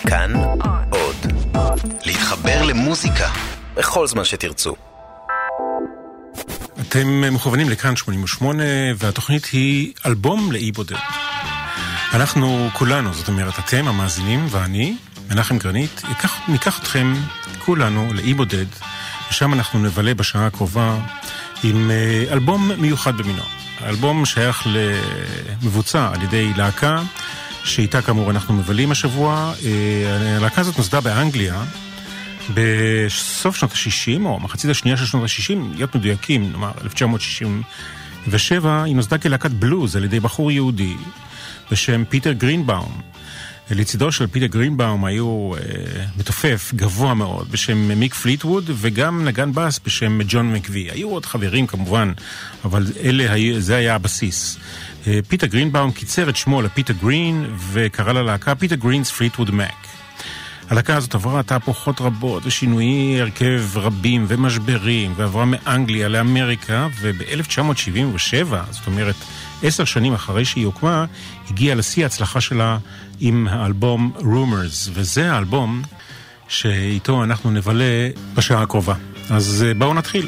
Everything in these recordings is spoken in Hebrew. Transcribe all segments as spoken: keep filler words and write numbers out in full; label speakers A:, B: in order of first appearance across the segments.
A: כאן עוד. להתחבר למוזיקה בכל זמן שתרצו.
B: אתם מכוונים לכאן שמונים ושמונה, והתוכנית היא אלבום לאי בודד. אנחנו כולנו, זאת אומרת אתם המאזינים ואני, מנחם גרנית, ייקח, ניקח אתכם כולנו לאי בודד, ושם אנחנו נבלה בשעה הקרובה עם אלבום מיוחד במינו. האלבום שייך למבוצע על ידי להקה שאיתה כאמור אנחנו מבלים השבוע. הלהקה הזאת נוסדה באנגליה בסוף שנות ה-שישים, או מחצית השנייה של שנות ה-שישים, להיות מדויקים, נאמר אלף תשע מאות שישים ושבע. היא נוסדה כלהקת בלוז על ידי בחור יהודי בשם פיטר גרינבאום. לצידו של פיטר גרינבאום היו אה, מתופף גבוה מאוד בשם מיק פליטווד, וגם נגן בס בשם ג'ון מקווי. היו עוד חברים כמובן, אבל אלה, זה היה הבסיס. אה, פיטר גרינבאום קיצר את שמו לפיטר גרין, וקרא ללהקה פיטר גרינס פליטווד מק. הלהקה הזאת עברה תהפוכות רבות ושינויי הרכב רבים ומשברים, ועברה מאנגליה לאמריקה, וב-אלף תשע מאות שבעים ושבע, זאת אומרת עשר שנים אחרי שהיא הוקמה, הגיעה לשיא ההצלחה שלה עם האלבום Rumors, וזה האלבום שאיתו אנחנו נבלה בשעה הקרובה. אז בואו נתחיל.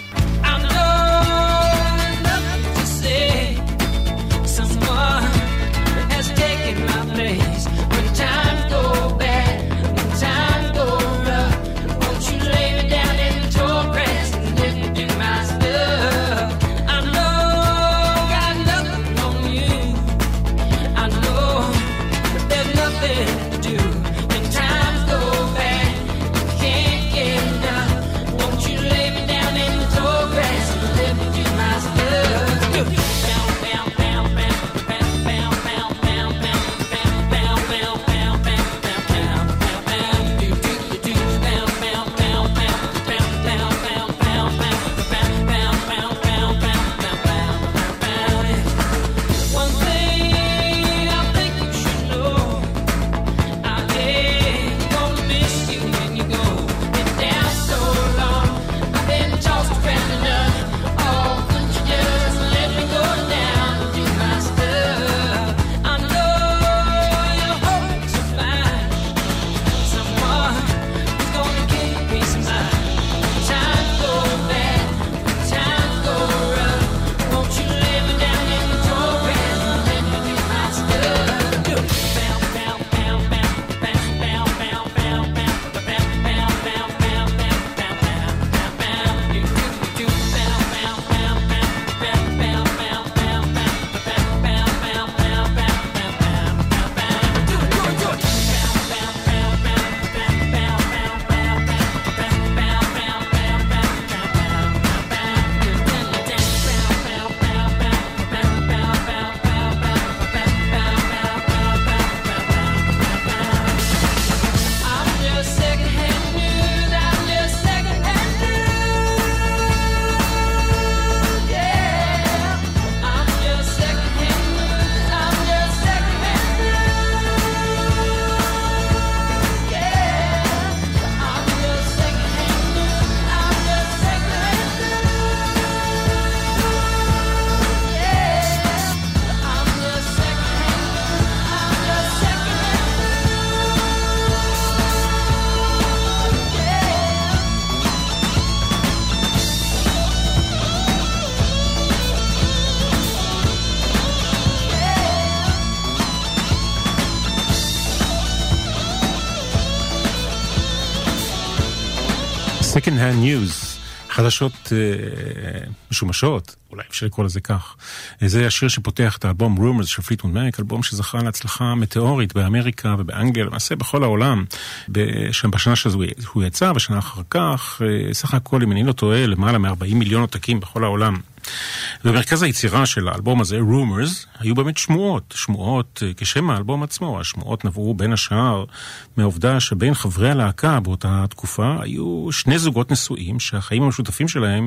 B: Second Hand News, חדשות uh, משומשות, אולי אפשר לקרוא לזה כך. זה השיר שפותח את האלבום Rumors של פליטווד מק, אלבום שזכה להצלחה מטאורית באמריקה ובאנגליה, למעשה בכל העולם, בשם בשנה שזו הוא יצא, בשנה אחר כך, סך הכל, אם אני לא טועה, למעלה מ-ארבעים מיליון עותקים בכל העולם. במרכז היצירה של האלבום הזה, Rumors, היו באמת שמועות, שמועות כשם האלבום עצמו. השמועות נבעו בין השאר מהעובדה שבין חברי הלהקה באותה תקופה היו שני זוגות נשואים שהחיים המשותפים שלהם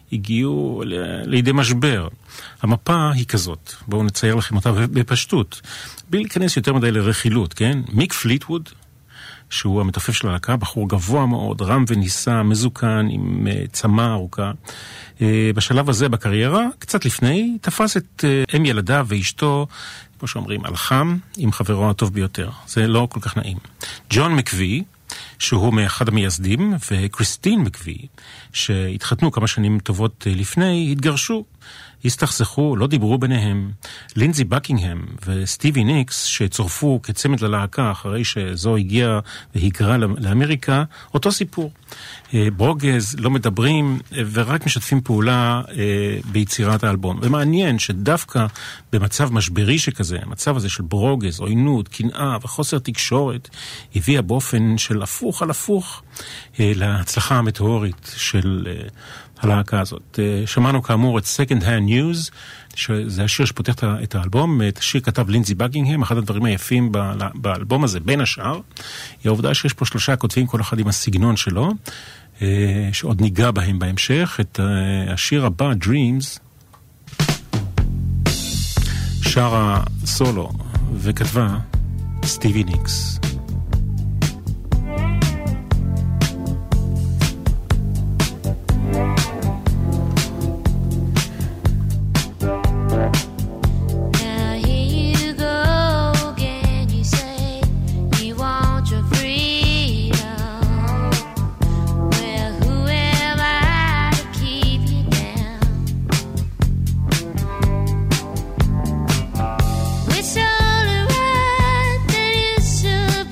B: הגיעו לידי משבר. המפה היא כזאת, בואו נצייר לכם אותה בפשטות, בלי להיכנס יותר מדי לרכילות, כן? מיק פליטווד שהוא המתופף של הלהקה, בחור גבוה מאוד, רם וניסה, מזוקן, עם צמה ארוכה. בשלב הזה בקריירה, קצת לפני, תפס את אם ילדיו ואשתו, כמו שאומרים, על חם, עם חברו הטוב ביותר. זה לא כל כך נעים. ג'ון מקווי, שהוא מאחד המייסדים, וקריסטין מקווי, שהתחתנו כמה שנים טובות לפני, התגרשו. הסתכסכו, לא דיברו ביניהם. לינזי בקינגהם וסטיבי ניקס, שצורפו כצמד ללהקה אחרי שזו הגיעה והיגרה לאמריקה, אותו סיפור. ברוגז, לא מדברים, ורק משתפים פעולה ביצירת האלבום. ומעניין שדווקא במצב משברי שכזה, המצב הזה של ברוגז, עוינות, קנאה וחוסר תקשורת, הביאה באופן של הפוך על הפוך להצלחה המטאורית של הלהקה הזאת. שמענו כאמור את Second Hand News, שזה השיר שפותח את האלבום. את השיר כתב לינזי בקינגהם. אחד הדברים היפים באלבום הזה, בין השאר, היא העובדה שיש פה שלושה כותבים, כל אחד עם הסגנון שלו, שעוד ניגע בהם בהמשך. את השיר הבא, Dreams, שרה סולו וכתבה סטיבי ניקס.
C: It's only right that you should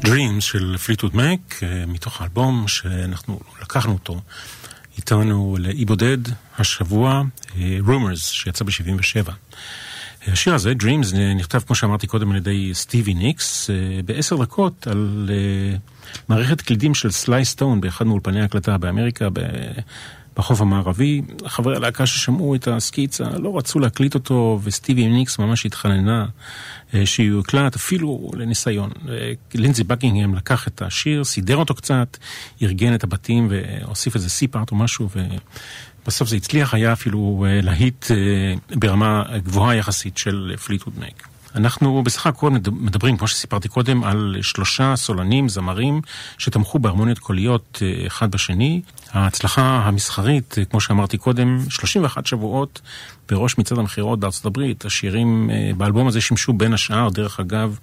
B: Dreams של פליטווד מק, מתוך האלבום שאנחנו לקחנו אותו איתנו לאי בודד השבוע, Rumors, שיצא ב-שבעים ושבע. השיר הזה, Dreams, נכתב כמו שאמרתי קודם על ידי סטיבי ניקס, בעשר דקות על מערכת קלידים של סליי סטון באחד מאולפני ההקלטה באמריקה, בחוף המערבי. חברי הלהקה ששמעו את הסקיצה לא רצו להקליט אותו, וסטיבי ניקס ממש התחננה שהוא יקלט אפילו לניסיון. לינזי בקינגהם לקח את השיר, סידר אותו קצת, ארגן את הבתים והוסיף איזה סי-פארט או משהו, ובסוף זה הצליח, היה אפילו להיט ברמה גבוהה יחסית של פליטווד מק. אנחנו בסך הכל מדברים, כמו שסיפרתי קודם, על שלושה סולנים, זמרים, שתמכו בהרמוניות קוליות אחד בשני. ההצלחה המסחרית, כמו שאמרתי קודם, שלושים ואחת שבועות בראש מצד המחירות בארצות הברית. השירים באלבום הזה שימשו בין השאר, דרך אגב,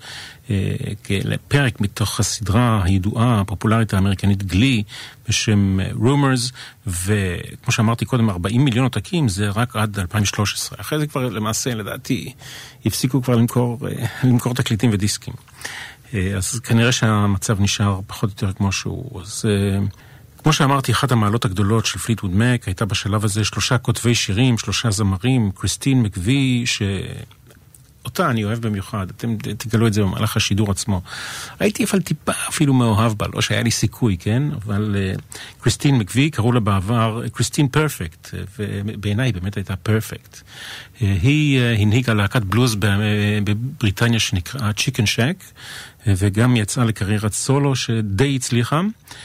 B: לפרק מתוך הסדרה הידועה, הפופולרית האמריקנית גלי, בשם Rumors, וכמו שאמרתי קודם, ארבעים מיליון עותקים, זה רק עד אלפיים ושלוש עשרה. אחרי זה כבר למעשה, לדעתי, הפסיקו כבר למכור, למכור תקליטים ודיסקים. אז כנראה שהמצב נשאר פחות או יותר כמו שהוא. אז כמו שאמרתי, אחת המעלות הגדולות של פליטווד מק הייתה בשלב הזה שלושה כותבי שירים, שלושה זמרים, קריסטין מקווי, ש... אותה אני אוהב במיוחד, אתם תגלו את זה במהלך השידור עצמו. הייתי אפילו טיפה אפילו מאוהב בה, לא שהיה לי סיכוי, כן? אבל uh, קריסטין מקווי, קראו לה בעבר קריסטין פרפקט, ובעיניי באמת הייתה פרפקט. Uh, היא uh, הנהיגה להקת בלוז בבריטניה שנקראה צ'יקן שק, uh, וגם יצאה לקריירת סולו שדי הצליחה,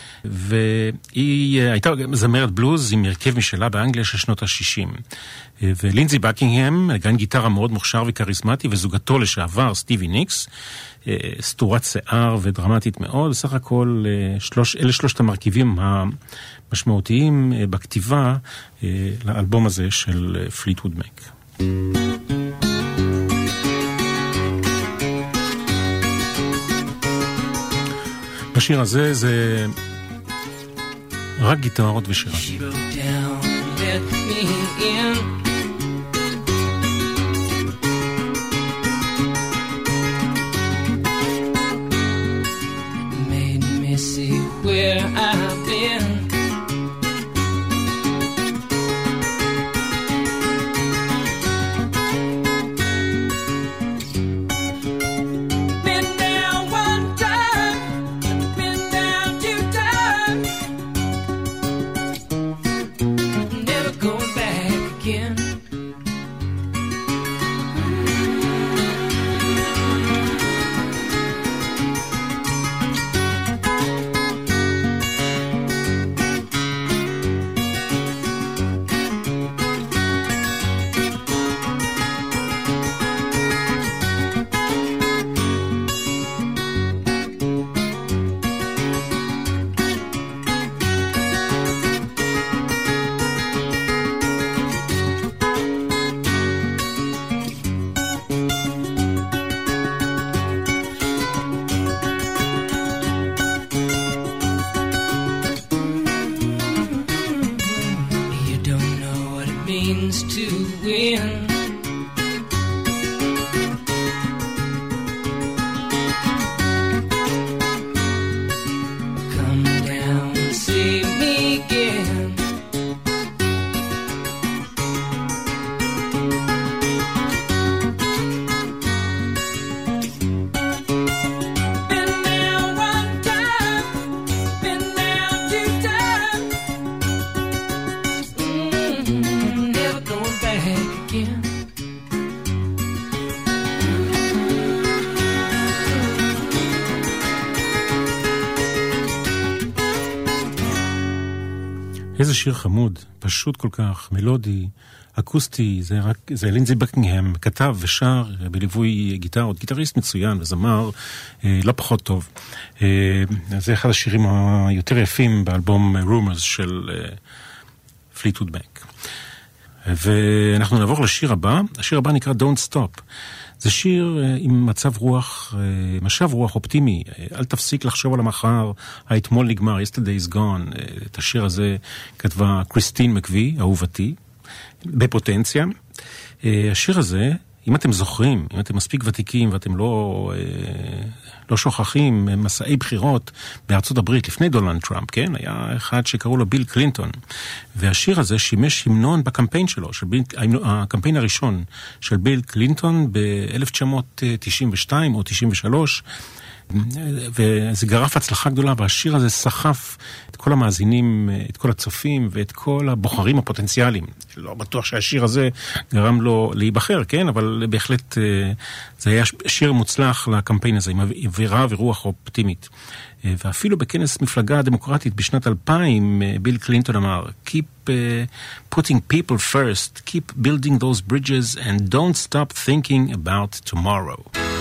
B: והיא הייתה זמרת בלוז עם הרכב משלה באנגליה של שנות ה-שישים. ולינזי בקינגהם, נגן גיטרה מאוד מוכשר וכריזמטי, וזוגתו לשעבר, סטיבי ניקס, סטורת שיער ודרמטית מאוד. בסך הכל, שלוש, אלה שלושת המרכיבים המשמעותיים בכתיבה לאלבום הזה של פליטווד מק. בשיר הזה זה רק גיטרות ושירה. Made me see where I've been. איזה שיר חמוד, פשוט כל כך, מלודי, אקוסטי, זה רק, זה לינזי בקינגהם, כתב ושר בליווי גיטרות, גיטריסט מצוין וזמר אה, לא פחות טוב. אה, זה אחד השירים היותר יפים באלבום Rumors של אה, פליטווד מק. ואנחנו נעבור לשיר הבא, השיר הבא נקרא Don't Stop. זה שיר עם מצב רוח, משב רוח אופטימי, אל תפסיק לחשוב על המחר, האתמול נגמר, yesterday is gone. את השיר הזה כתבה קריסטין מקווי, אהובתי, בפוטנציה. השיר הזה אם אתם זוכרים, אם אתם מספיק ותיקים ואתם לא, לא שוכחים מסעי בחירות בארצות הברית לפני דונלד טראמפ, כן? היה אחד שקראו לו ביל קלינטון, והשיר הזה שימש המנון בקמפיין שלו, של ביל, הקמפיין הראשון של ביל קלינטון ב-אלף תשע מאות תשעים ושתיים או תשעים ושלוש, וזה גרף הצלחה גדולה, והשיר הזה סחף את כל המאזינים, את כל הצופים ואת כל הבוחרים הפוטנציאליים. לא בטוח שהשיר הזה גרם לו להיבחר, כן? אבל בהחלט זה היה שיר מוצלח לקמפיין הזה, עם אווירה ורוח אופטימית. ואפילו בכנס מפלגה דמוקרטית בשנת אלפיים, ביל קלינטון אמר, Keep uh, putting people first, keep building those bridges and don't stop thinking about tomorrow.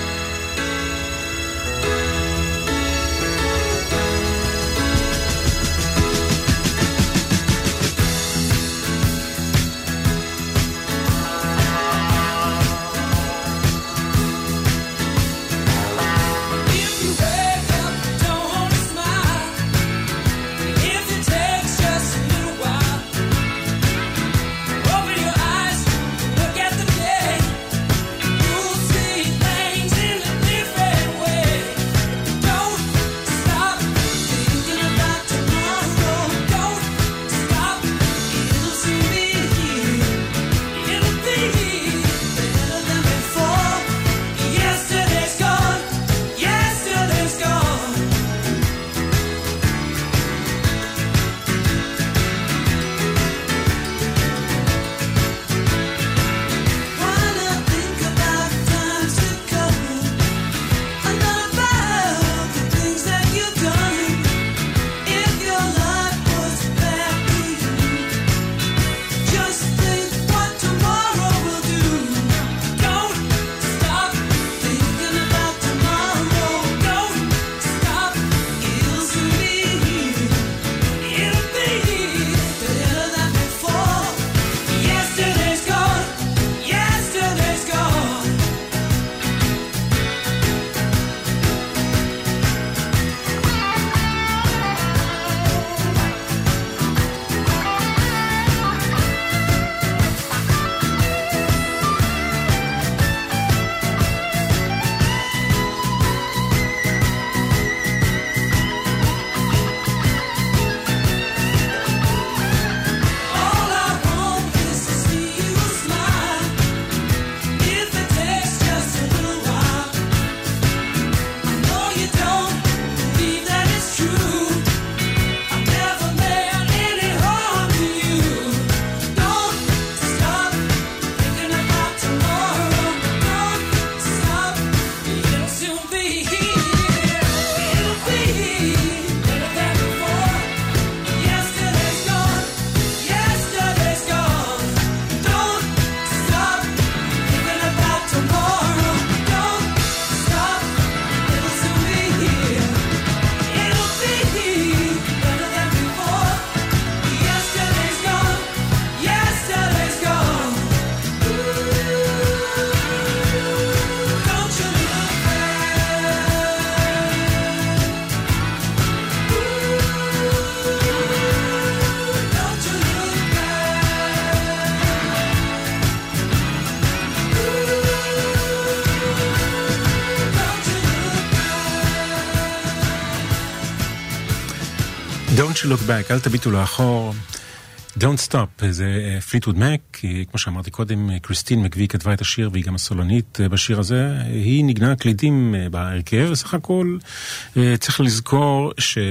B: Don't you look back, אל תביטו לאחור. Don't stop, זה פליטווד מק, כמו שאמרתי קודם, קריסטין מקווי כתבה את השיר והיא גם הסולנית בשיר הזה, היא נגנה קלידים בהרכב, וסך הכל צריך לזכור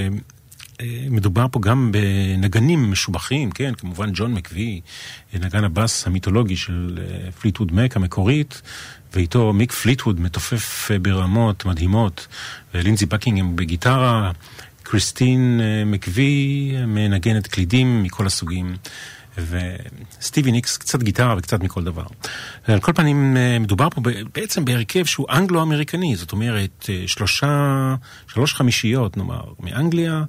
B: שמדובר פה גם בנגנים משובחים, כן, כמובן ג'ון מקווי, נגן הבאס המיתולוגי של פליטווד מק המקורית, ואיתו מיק פליטווד מתופף ברמות מדהימות, ולינזי בקינגהאם בגיטרה, קריסטין מקווי מנגנת קלידים מכל הסוגים, וסטיבי ניקס קצת גיטרה וקצת מכל דבר. על כל פנים מדובר פה בעצם בהרכב שהוא אנגלו-אמריקני, זאת אומרת שלושה, שלוש חמישיות נאמר מאנגליה,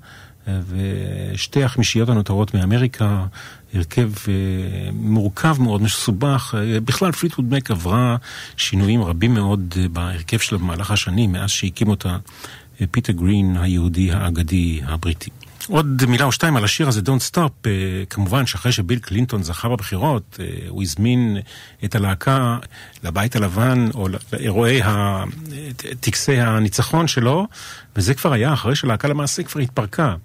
B: ושתי החמישיות הנותרות מאמריקה, הרכב מורכב מאוד, מסובך. בכלל פליטווד מק עברה שינויים רבים מאוד בהרכב שלה במהלך השנים, מאז שהקים אותה פיטר גרין היהודי האגדי הבריטי. עוד מילה או שתיים על השיר הזה, Don't Stop. כמובן שאחרי שביל קלינטון זכה בבחירות, הוא הזמין את הלהקה לבית הלבן, או לאירועי טקסי הניצחון שלו, וזה כבר היה אחרי שהלהקה למעשה כבר התפרקה.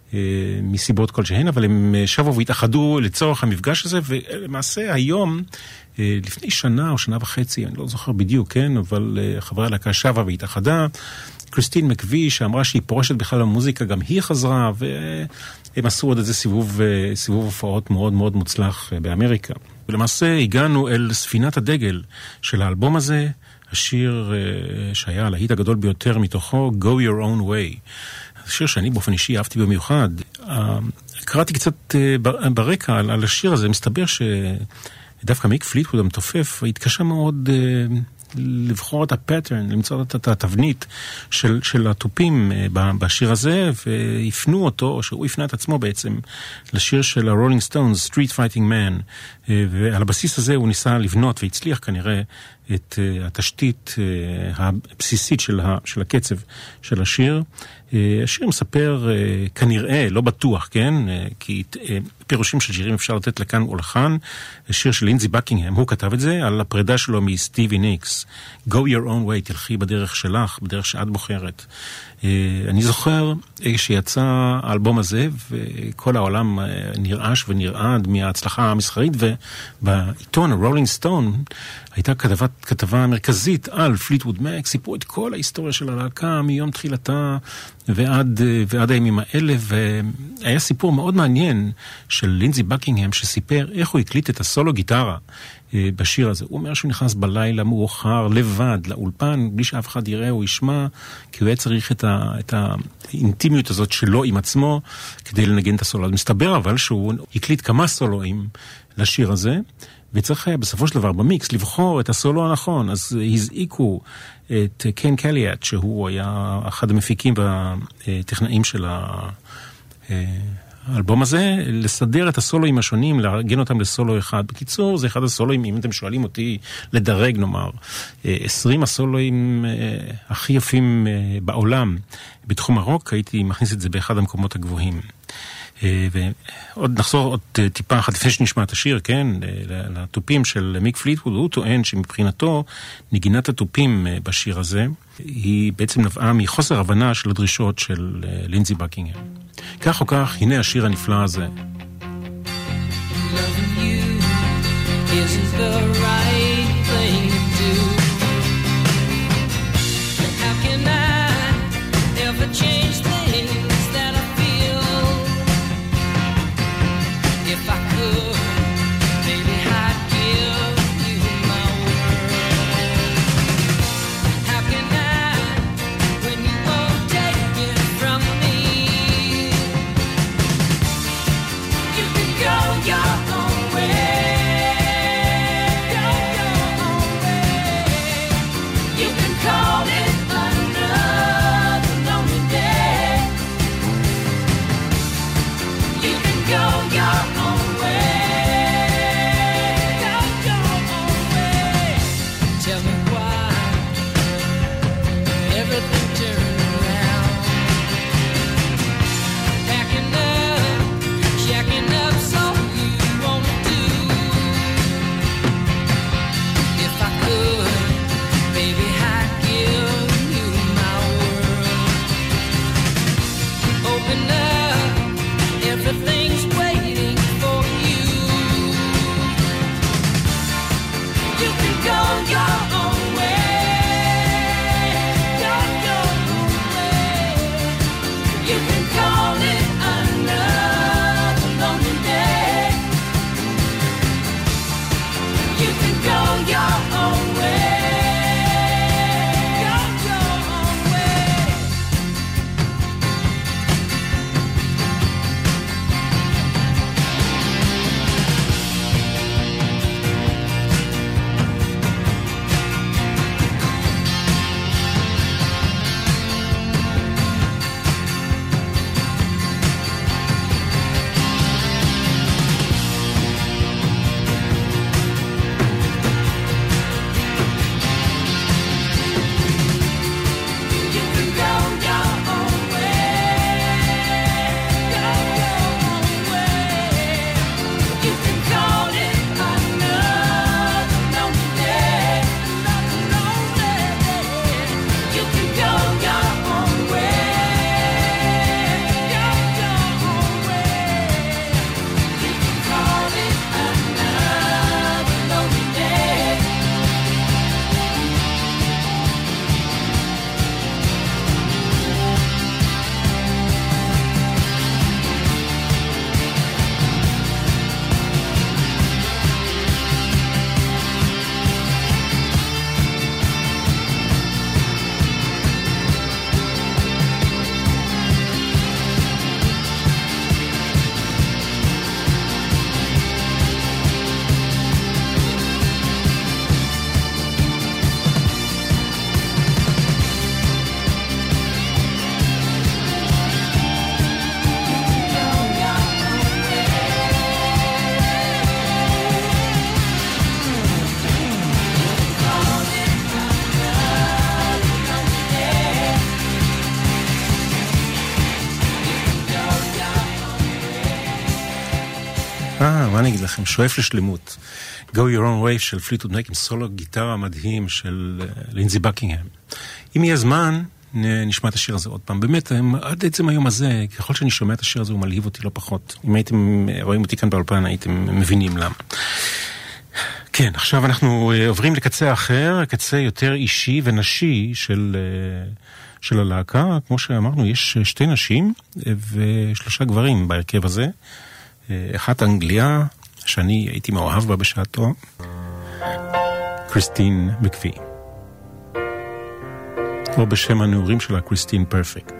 B: מסיבות כלשהן, אבל הם שבו והתאחדו לצורך המפגש הזה, ולמעשה היום, לפני שנה או שנה וחצי, אני לא זוכר בדיוק, כן, אבל חברי הלהקה שבה והתאחדה, קריסטין מקווי, שאמרה שהיא פורשת בכלל במוזיקה, גם היא חזרה, והם עשו עוד איזה סיבוב, סיבוב הופעות מאוד מאוד מוצלח באמריקה. ולמעשה הגענו אל ספינת הדגל של האלבום הזה, השיר שהיה הלהיט הגדול ביותר מתוכו, Go Your Own Way. שיר שאני באופן אישי אהבתי במיוחד. קראתי קצת ברקע על השיר הזה, מסתבר שדווקא מיק פליטווד המתופף התקשה מאוד לבחור את הפטרן, למצוא את התבנית של, של הטופים בשיר הזה, והפנו אותו, או שהוא הפנה את עצמו בעצם, לשיר של הרולינג סטונס, Street Fighting Man, ועל הבסיס הזה הוא ניסה לבנות, והצליח כנראה את התשתית הבסיסית של, ה, של הקצב של השיר. השיר מספר כנראה, לא בטוח, כן? כי פירושים של שירים אפשר לתת לכאן או לכאן. שיר של לינזי בקינגהם, הוא כתב את זה על הפרידה שלו מסטיבי ניקס. Go your own way, תלכי בדרך שלך, בדרך שאת בוחרת. אני זוכר שיצא האלבום הזה, וכל העולם נרעש ונרעד מההצלחה המסחרית, ובעיתון הרולינג סטון הייתה כתבה, כתבה מרכזית על פליטווד מק, סיפרו את כל ההיסטוריה של הלהקה מיום תחילתה ועד, ועד הימים האלה, והיה סיפור מאוד מעניין של לינזי בקינגהם שסיפר איך הוא הקליט את הסולו גיטרה בשיר הזה. הוא אומר שהוא נכנס בלילה מאוחר לבד לאולפן, בלי שאף אחד יראה או ישמע, כי הוא היה צריך את, ה, את האינטימיות הזאת שלו עם עצמו כדי לנגן את הסולו. אז מסתבר אבל שהוא הקליט כמה סולואים לשיר הזה, וצריך היה בסופו של דבר במיקס לבחור את הסולו הנכון. אז הזעיקו את קן קליאט, שהוא היה אחד המפיקים והטכנאים של האלבום הזה, לסדר את הסולואים השונים, לארגן אותם לסולו אחד. בקיצור, זה אחד הסולואים, אם אתם שואלים אותי, לדרג נאמר, עשרים הסולואים הכי יפים בעולם. בתחום הרוק הייתי מכניס את זה באחד המקומות הגבוהים. ועוד נחזור עוד טיפה אחת לפני שנשמע את השיר, כן, לטופים של מיק פליטווד. הוא טוען שמבחינתו נגינת הטופים בשיר הזה היא בעצם נבעה מחוסר הבנה של הדרישות של לינזי בקינגהם. כך או כך, הנה השיר הנפלא הזה.
C: Loving you isn't the right thing to do. How can I ever change things that I feel? If I could, maybe I'd give you my word. How can I, when you won't take it from me?
B: מה אני אגיד לכם? שואף לשלמות. Go Your Own Way של פליטווד מק עם סולו גיטרה מדהים של לינזי בקינגהאם. אם יהיה זמן, נשמע את השיר הזה עוד פעם. באמת, עד עצם היום הזה, ככל שאני שומע את השיר הזה, הוא מלהיב אותי לא פחות. אם הייתם רואים אותי כאן באולפן, הייתם מבינים למה. כן, עכשיו אנחנו עוברים לקצה אחר, הקצה יותר אישי ונשי של, של הלהקה. כמו שאמרנו, יש שתי נשים ושלושה גברים בהרכב הזה. אחת אנגליה, שאני הייתי מאוהב בה בשעתו, קריסטין מקווי. או בשם הנעורים שלה, קריסטין פרפקט.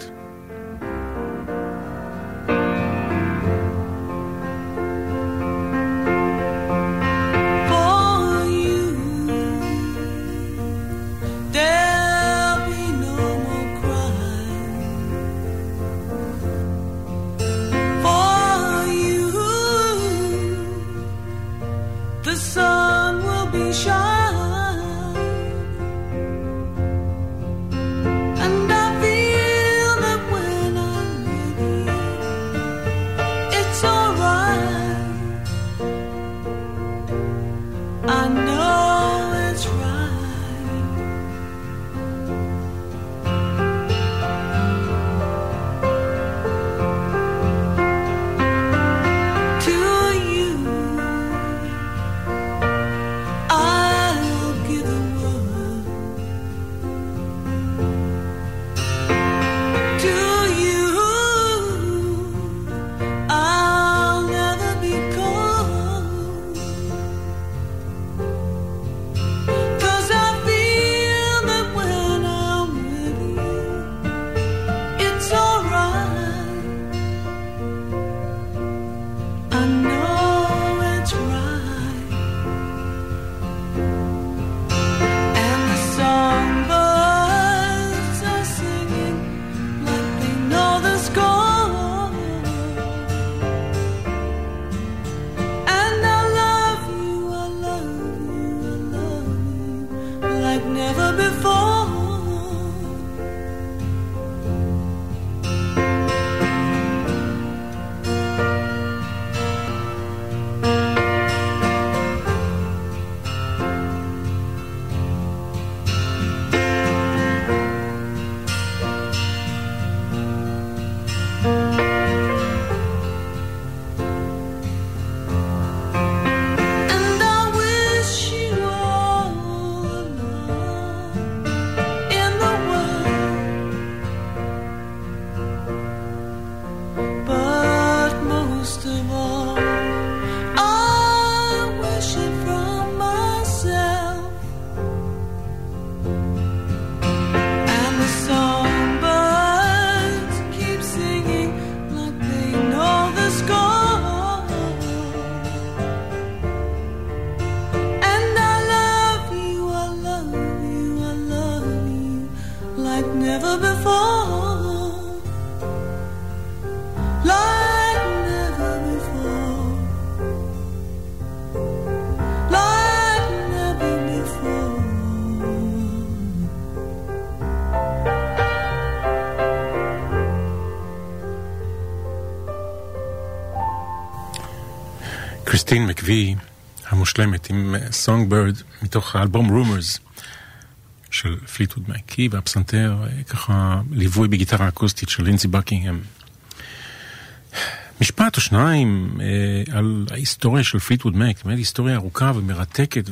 B: קריסטין מקווי המושלמת עם Songbird מתוך האלבום Rumors של פליטווד מק, היא והפסנתר ככה ליווי בגיטרה אקוסטית של לינזי בקינגהאם. משפט או שניים אה, על ההיסטוריה של פליטווד מק, באמת היסטוריה ארוכה ומרתקת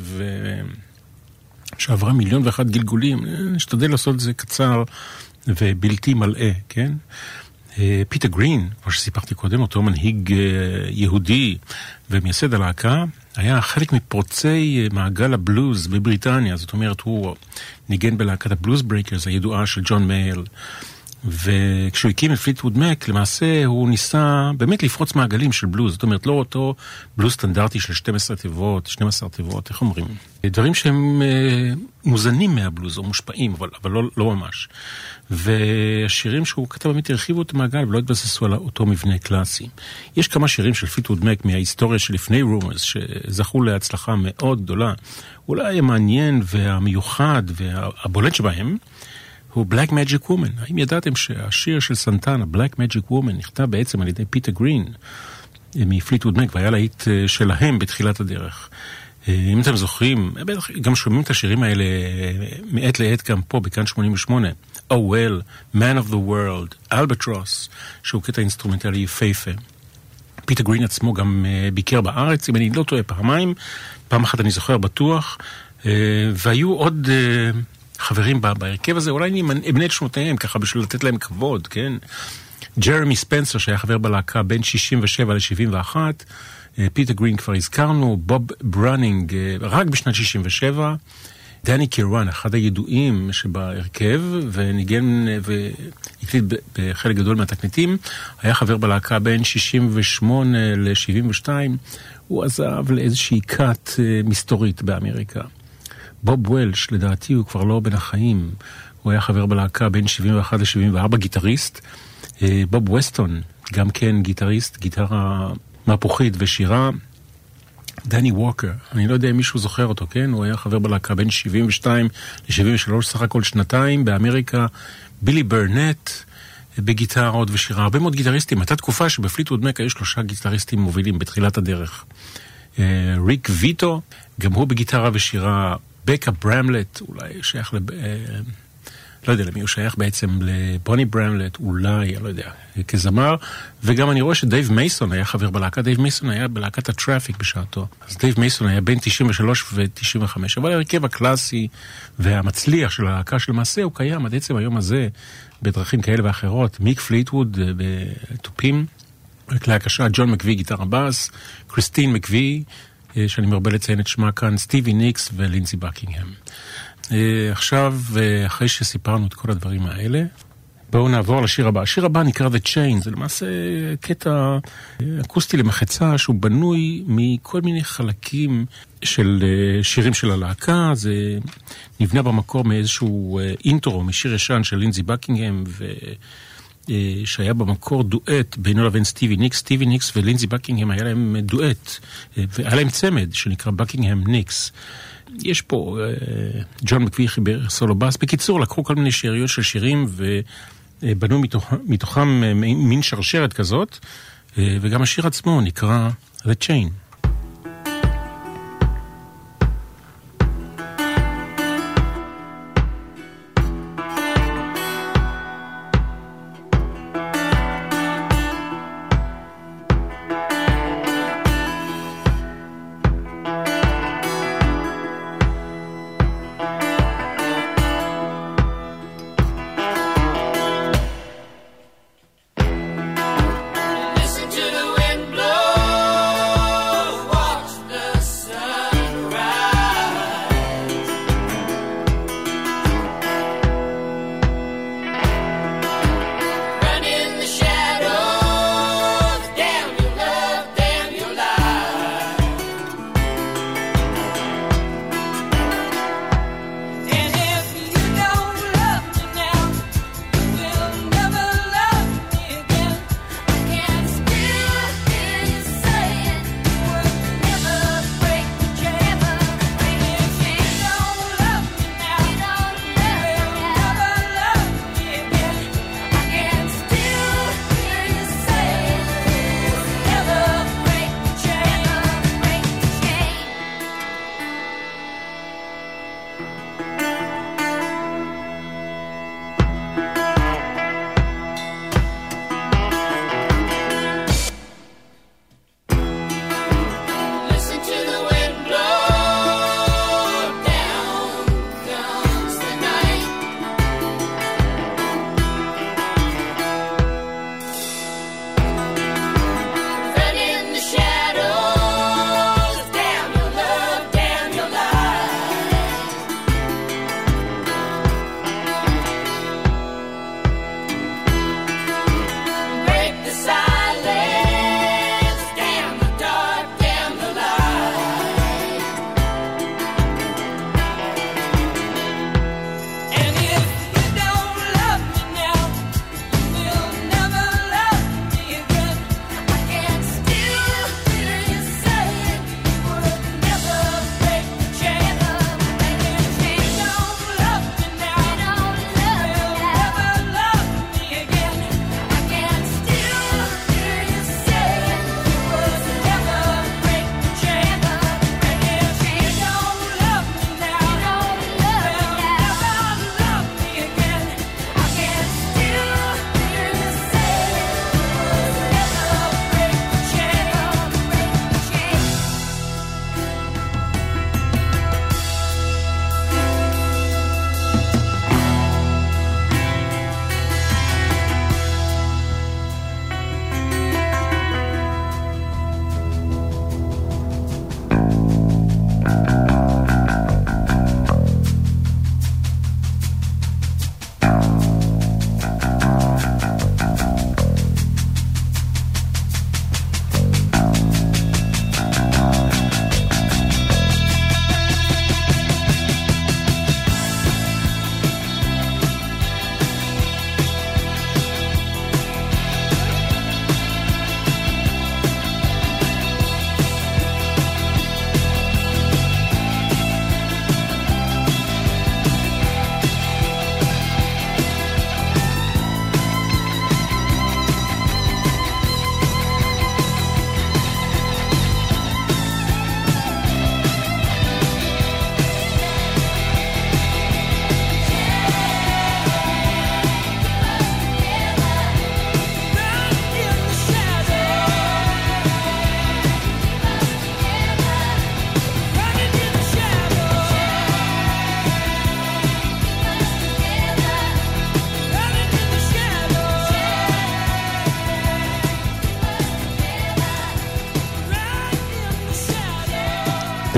B: ושעברה מיליון ואחת גלגולים. נשתדל לעשות את זה קצר ובלתי מלא, כן? פיטר גרין, כמו שסיפרתי קודם, אותו מנהיג יהודי ומייסד הלהקה, היה חלק מפורצי מעגל הבלוז בבריטניה. זאת אומרת, הוא ניגן בלהקת הבלוז ברייקרס הידועה של ג'ון מייל, וכשהוא הקים את פליטווד מק, למעשה הוא ניסה באמת לפרוץ מעגלים של בלוז. זאת אומרת, לא אותו בלוז סטנדרטי של שתים עשרה תיבות, שתים עשרה תיבות, איך אומרים? דברים שהם אה, מוזנים מהבלוז או מושפעים, אבל, אבל לא, לא ממש. והשירים שהוא כתב באמת הרחיבו את המעגל ולא התבססו על אותו מבנה קלאסי. יש כמה שירים של פליטווד מק מההיסטוריה שלפני רומרס שזכו להצלחה מאוד גדולה. אולי המעניין והמיוחד והבולט שבהם הוא Black Magic Woman. האם ידעתם שהשיר של סנטנה, Black Magic Woman, נכתב בעצם על ידי פיטר גרין, מפליטווד מק, והיה להיט שלהם בתחילת הדרך. אם אתם זוכרים, גם שומעים את השירים האלה מעת לעת גם פה, בכאן שמונים ושמונה. Oh well, Man of the World, Albatross, שהוא קטע אינסטרומנטלי יפהפה. פיטר גרין עצמו גם ביקר בארץ, אם אני לא טועה פעמיים, פעם אחת אני זוכר בטוח, והיו עוד חברים בהרכב הזה, אולי אני אמנה את שמותיהם, ככה בשביל לתת להם כבוד, כן? ג'רמי ספנסר, שהיה חבר בלהקה בין שישים ושבע ל-שבעים ואחת, פיטר גרין כבר הזכרנו, בוב ברנינג, רק בשנת שישים ושבע, דני קירואן, אחד הידועים שבהרכב, וניגן והקליט בחלק גדול מהתקליטים, היה חבר בלהקה בין שישים ושמונה ל-שבעים ושתיים, הוא עזב לאיזושהי כת מסתורית באמריקה. בוב וולש, לדעתי הוא כבר לא בין החיים, הוא היה חבר בלהקה בין שבעים ואחת ל-שבעים וארבע, גיטריסט. בוב ווסטון, גם כן גיטריסט, גיטרה מהפוכית ושירה. דני ווקר, אני לא יודע אם מישהו זוכר אותו, כן? הוא היה חבר בלהקה בין שבעים ושתיים ל-שבעים ושלוש, סך הכל שנתיים באמריקה. בילי ברנט בגיטרות ושירה, הרבה מאוד גיטריסטים. הייתה תקופה שבפליטווד מק היו שלושה גיטריסטים מובילים בתחילת הדרך. ריק ויטו, גם הוא בגיטרה ושירה. בקה ברמלט, אולי שייך לב... לא יודע למי הוא שייך בעצם, לבוני ברמלט, אולי, אני לא יודע, כזמר, וגם אני רואה שדייב מייסון היה חבר בלהקה, דייב מייסון היה בלהקת הטראפיק בשעתו, אז דייב מייסון היה בין תשעים ושלוש ו-תשעים וחמש, אבל הרכב הקלאסי והמצליח של הלהקה שלמעשה הוא קיים עד עצם היום הזה, בדרכים כאלה ואחרות, מיק פליטווד בתופים, כלי הקשה, ג'ון מקווי גיטרה בס, קריסטין מקווי, שאני מרבה לציין את שמה כאן, סטיבי ניקס ולינזי בקינגהם. עכשיו, אחרי שסיפרנו את כל הדברים האלה, בואו נעבור לשיר הבא. השיר הבא נקרא The Chain, זה למעשה קטע אקוסטי למחצה שהוא בנוי מכל מיני חלקים של שירים של הלהקה, זה נבנה במקור מאיזשהו אינטרו, משיר ישן של לינזי בקינגהם, שהיה במקור דואט בינו לבין סטיבי ניקס. סטיבי ניקס ולינזי בקינגהם היה להם דואט, והיה להם צמד שנקרא בקינגהם ניקס. יש פה, ג'ון מקווי חיבר סולו בס. בקיצור, לקחו כל מיני שאריות של שירים ובנו מתוך, מתוכם מין שרשרת כזאת, וגם השיר עצמו נקרא The Chain.
C: Listen to the wind blow.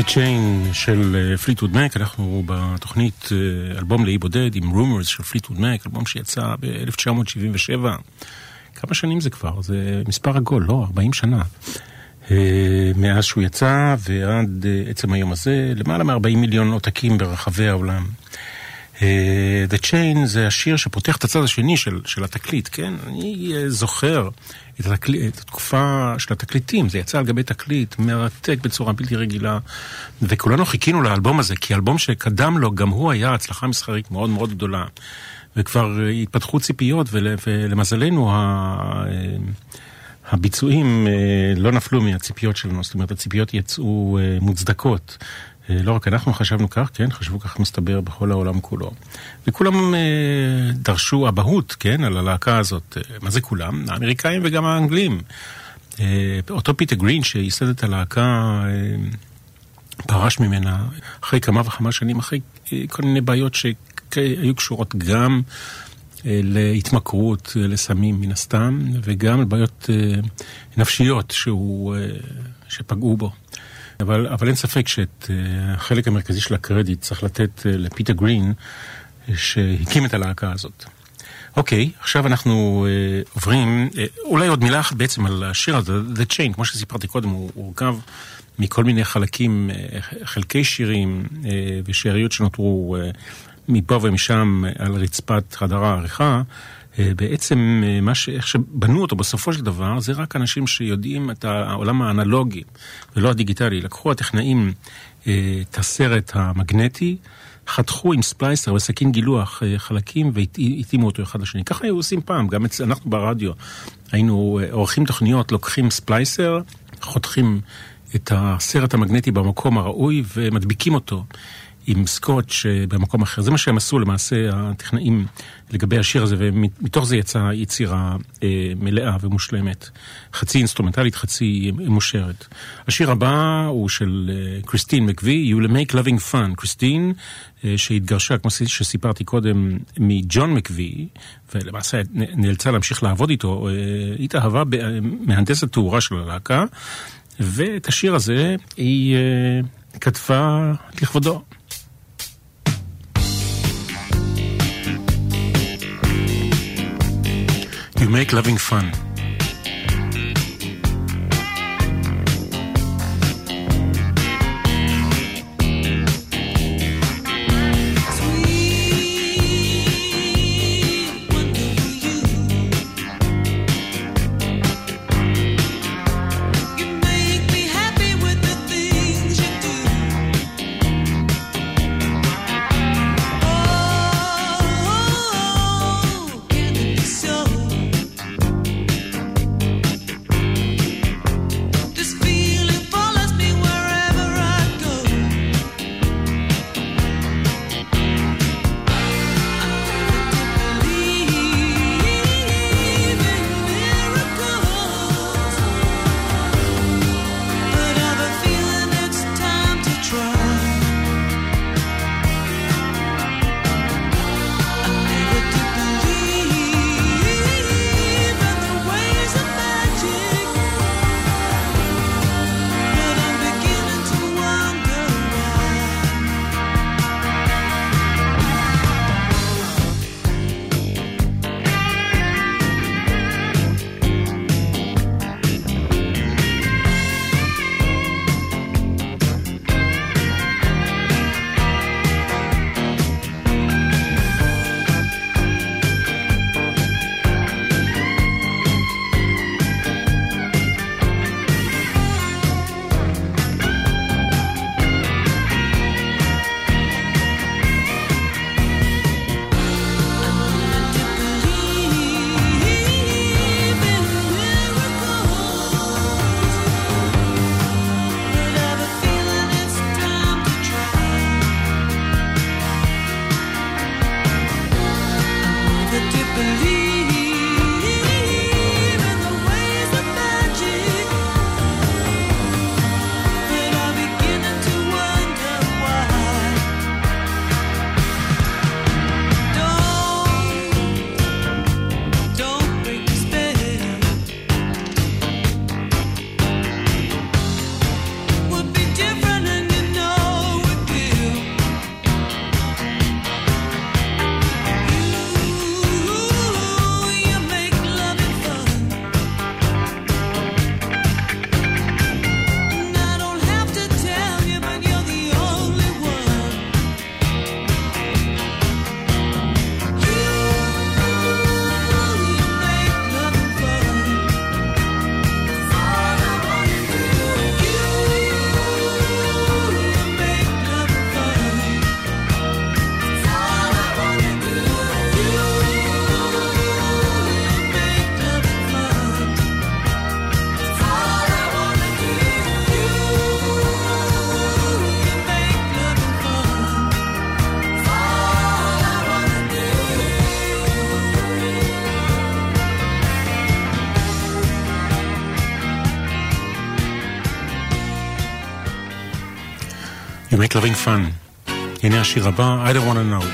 B: The Chain של פליטווד מק, אנחנו בתוכנית אלבום לאי בודד עם Rumors של פליטווד מק, אלבום שיצא ב-אלף תשע מאות שבעים ושבע. כמה שנים זה כבר? זה מספר עגול, לא? ארבעים שנה. מאז שהוא יצא ועד עצם היום הזה, למעלה מ-ארבעים מיליון עותקים ברחבי העולם. The Chain זה השיר שפותח את הצד השני של, של התקליט, כן? אני זוכר את, התקליט, את התקופה של התקליטים, זה יצא על גבי תקליט, מרתק בצורה בלתי רגילה, וכולנו חיכינו לאלבום הזה, כי האלבום שקדם לו, גם הוא היה הצלחה מסחרית מאוד מאוד גדולה, וכבר התפתחו ציפיות, ול, ולמזלנו ה... הביצועים לא נפלו מהציפיות שלנו, זאת אומרת, הציפיות יצאו מוצדקות. לא רק אנחנו חשבנו כך, כן, חשבו כך מסתבר בכל העולם כולו. וכולם דרשו אבהות, כן, על הלהקה הזאת. מה זה כולם? האמריקאים וגם האנגלים. אותו פיטר גרין שייסד את הלהקה פרש ממנה אחרי כמה וכמה שנים, אחרי כל מיני בעיות שהיו קשורות גם להתמכרות, לסמים מן הסתם, וגם לבעיות נפשיות שהוא, שפגעו בו. אבל, אבל אין ספק שאת החלק המרכזי של הקרדיט צריך לתת לפיטר גרין, שהקים את הלהקה הזאת. אוקיי, עכשיו אנחנו עוברים, אולי עוד מילה אחת בעצם על השיר הזה, The Chain, כמו שסיפרתי קודם, הוא הורכב מכל מיני חלקים, חלקי שירים ושאריות שנותרו מפה ומשם על רצפת חדר העריכה. בעצם מה ש... איך שבנו אותו בסופו של דבר, זה רק אנשים שיודעים את העולם האנלוגי ולא הדיגיטלי. לקחו הטכנאים את הסרט המגנטי, חתכו עם ספלייסר וסכין גילוח חלקים והתאימו אותו אחד לשני. ככה היו עושים פעם, גם אנחנו ברדיו היינו עורכים תוכניות, לוקחים ספלייסר, חותכים את הסרט המגנטי במקום הראוי ומדביקים אותו עם סקוץ' במקום אחר. זה מה שהם עשו למעשה הטכנאים לגבי השיר הזה, ומתוך זה יצאה יצירה אה, מלאה ומושלמת. חצי אינסטרומנטלית, חצי מושרת. השיר הבא הוא של אה, קריסטין מקווי, You Make Loving Fun. קריסטין, אה, שהתגרשה, כמו שסיפרתי קודם, מג'ון מקווי, ולמעשה נאלצה להמשיך לעבוד איתו, אה, התאהבה במהנדסת תאורה של הלהקה, ואת השיר הזה היא אה, כתבה לכבודו. You make loving fun.
D: Oh, can it be so?
B: Make Loving Fun. הנה השיר הבא, I don't want to know.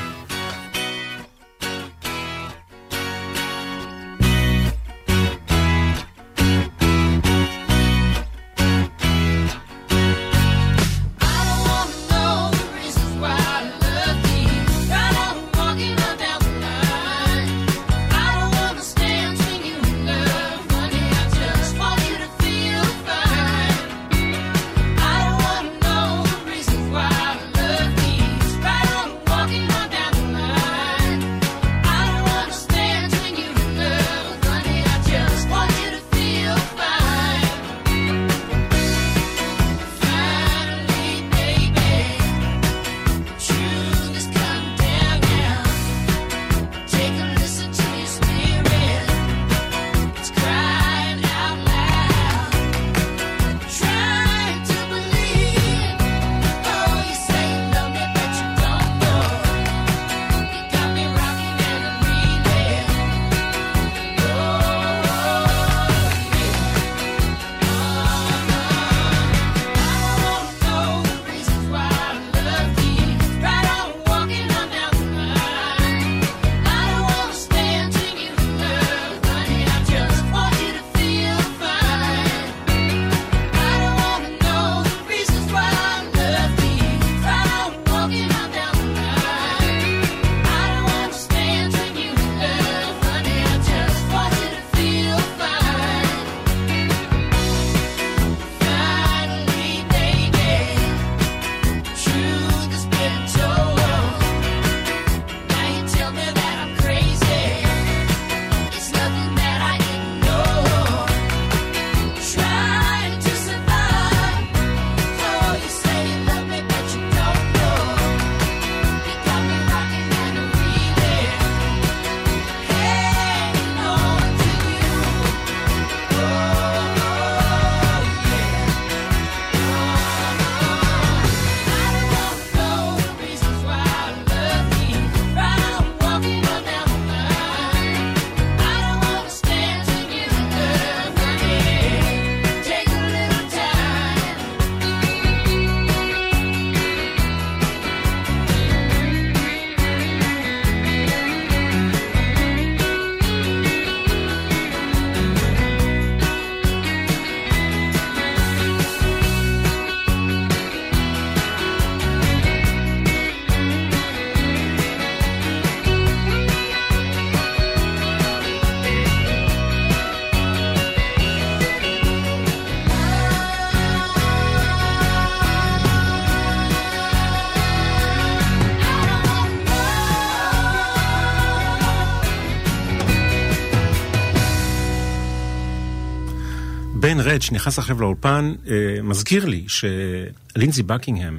B: בן רד שנכנס עכשיו לאולפן מזכיר לי שלינזי בקינגהם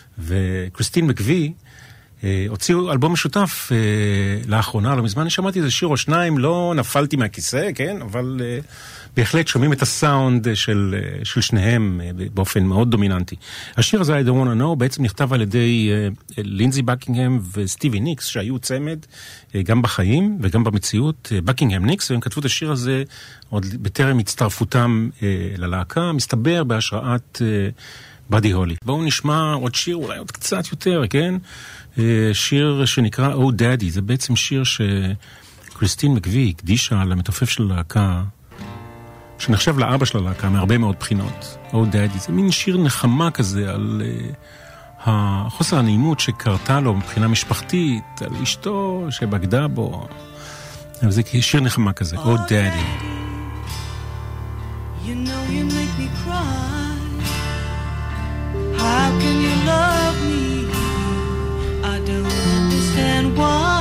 B: וקריסטין מקווי הוציאו אלבום משותף לאחרונה, לא מזמן אני שמעתי איזה שיר או שניים, לא נפלתי מהכיסא, כן, אבל בהחלט שומעים את הסאונד של, של שניהם באופן מאוד דומיננטי. השיר הזה, I don't want to know, בעצם נכתב על ידי לינזי בקינגהם וסטיבי ניקס, שהיו צמד גם בחיים וגם במציאות, בקינגהם ניקס, והם כתבו את השיר הזה עוד בטרם הצטרפותם ללהקה, מסתבר בהשראת בדי הולי. בואו נשמע עוד שיר, אולי עוד קצת יותר, כן? שיר שנקרא Oh Daddy, זה בעצם שיר שקריסטין מקווי הקדישה למתופף של הלהקה, שנחשב לאבא של הלהקה מהרבה מאוד בחינות. Oh Daddy, זה מין שיר נחמה כזה על uh, החוסר הנעימות שקרתה לו מבחינה משפחתית, על אשתו שבגדה בו. אבל זה שיר נחמה כזה, Oh Daddy.
D: You know you make me cry. How can you love me? I don't understand why.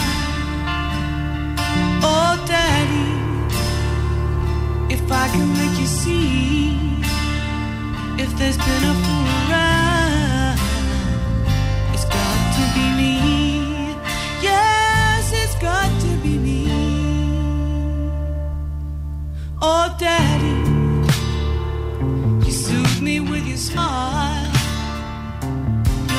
D: Oh Daddy, if I can make you see, if there's been a fool around, it's got to be me. Yes, it's got to be me. Oh Daddy, you soothe me with your smile.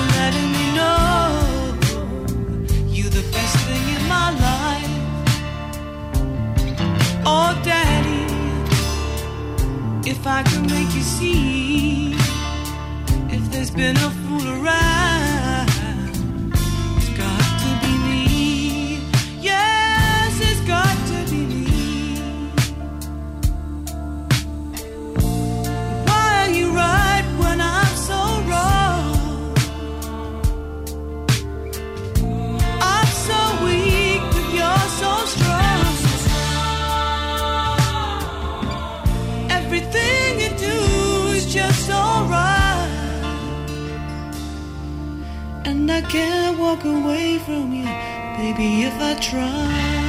D: I can't walk away from you, baby, if I try.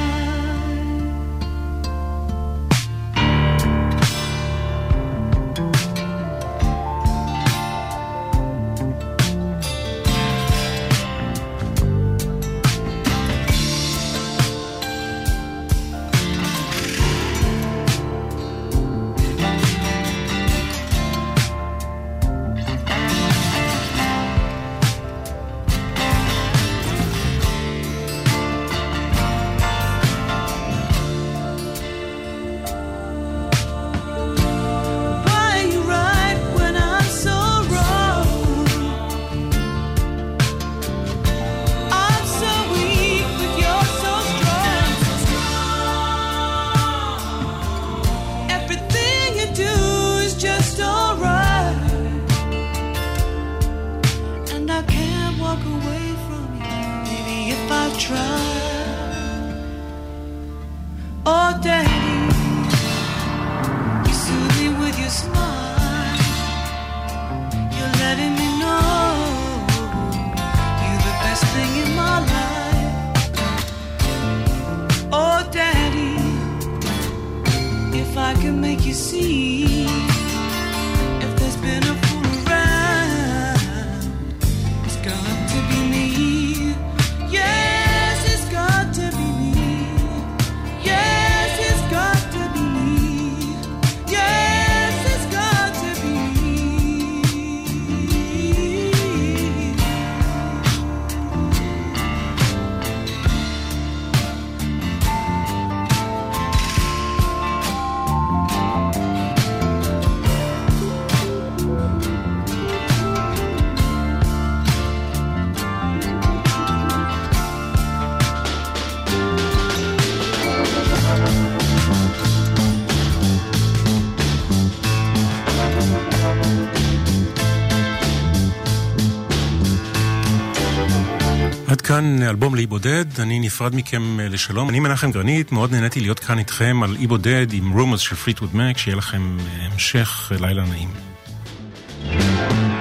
B: כאן אלבום לאי בודד, אני נפרד מכם לשלום. אני מנחם גרנית, מאוד נהניתי להיות כאן איתכם על אי בודד עם רומרס של פליטווד מק, שיהיה לכם המשך לילה נעים.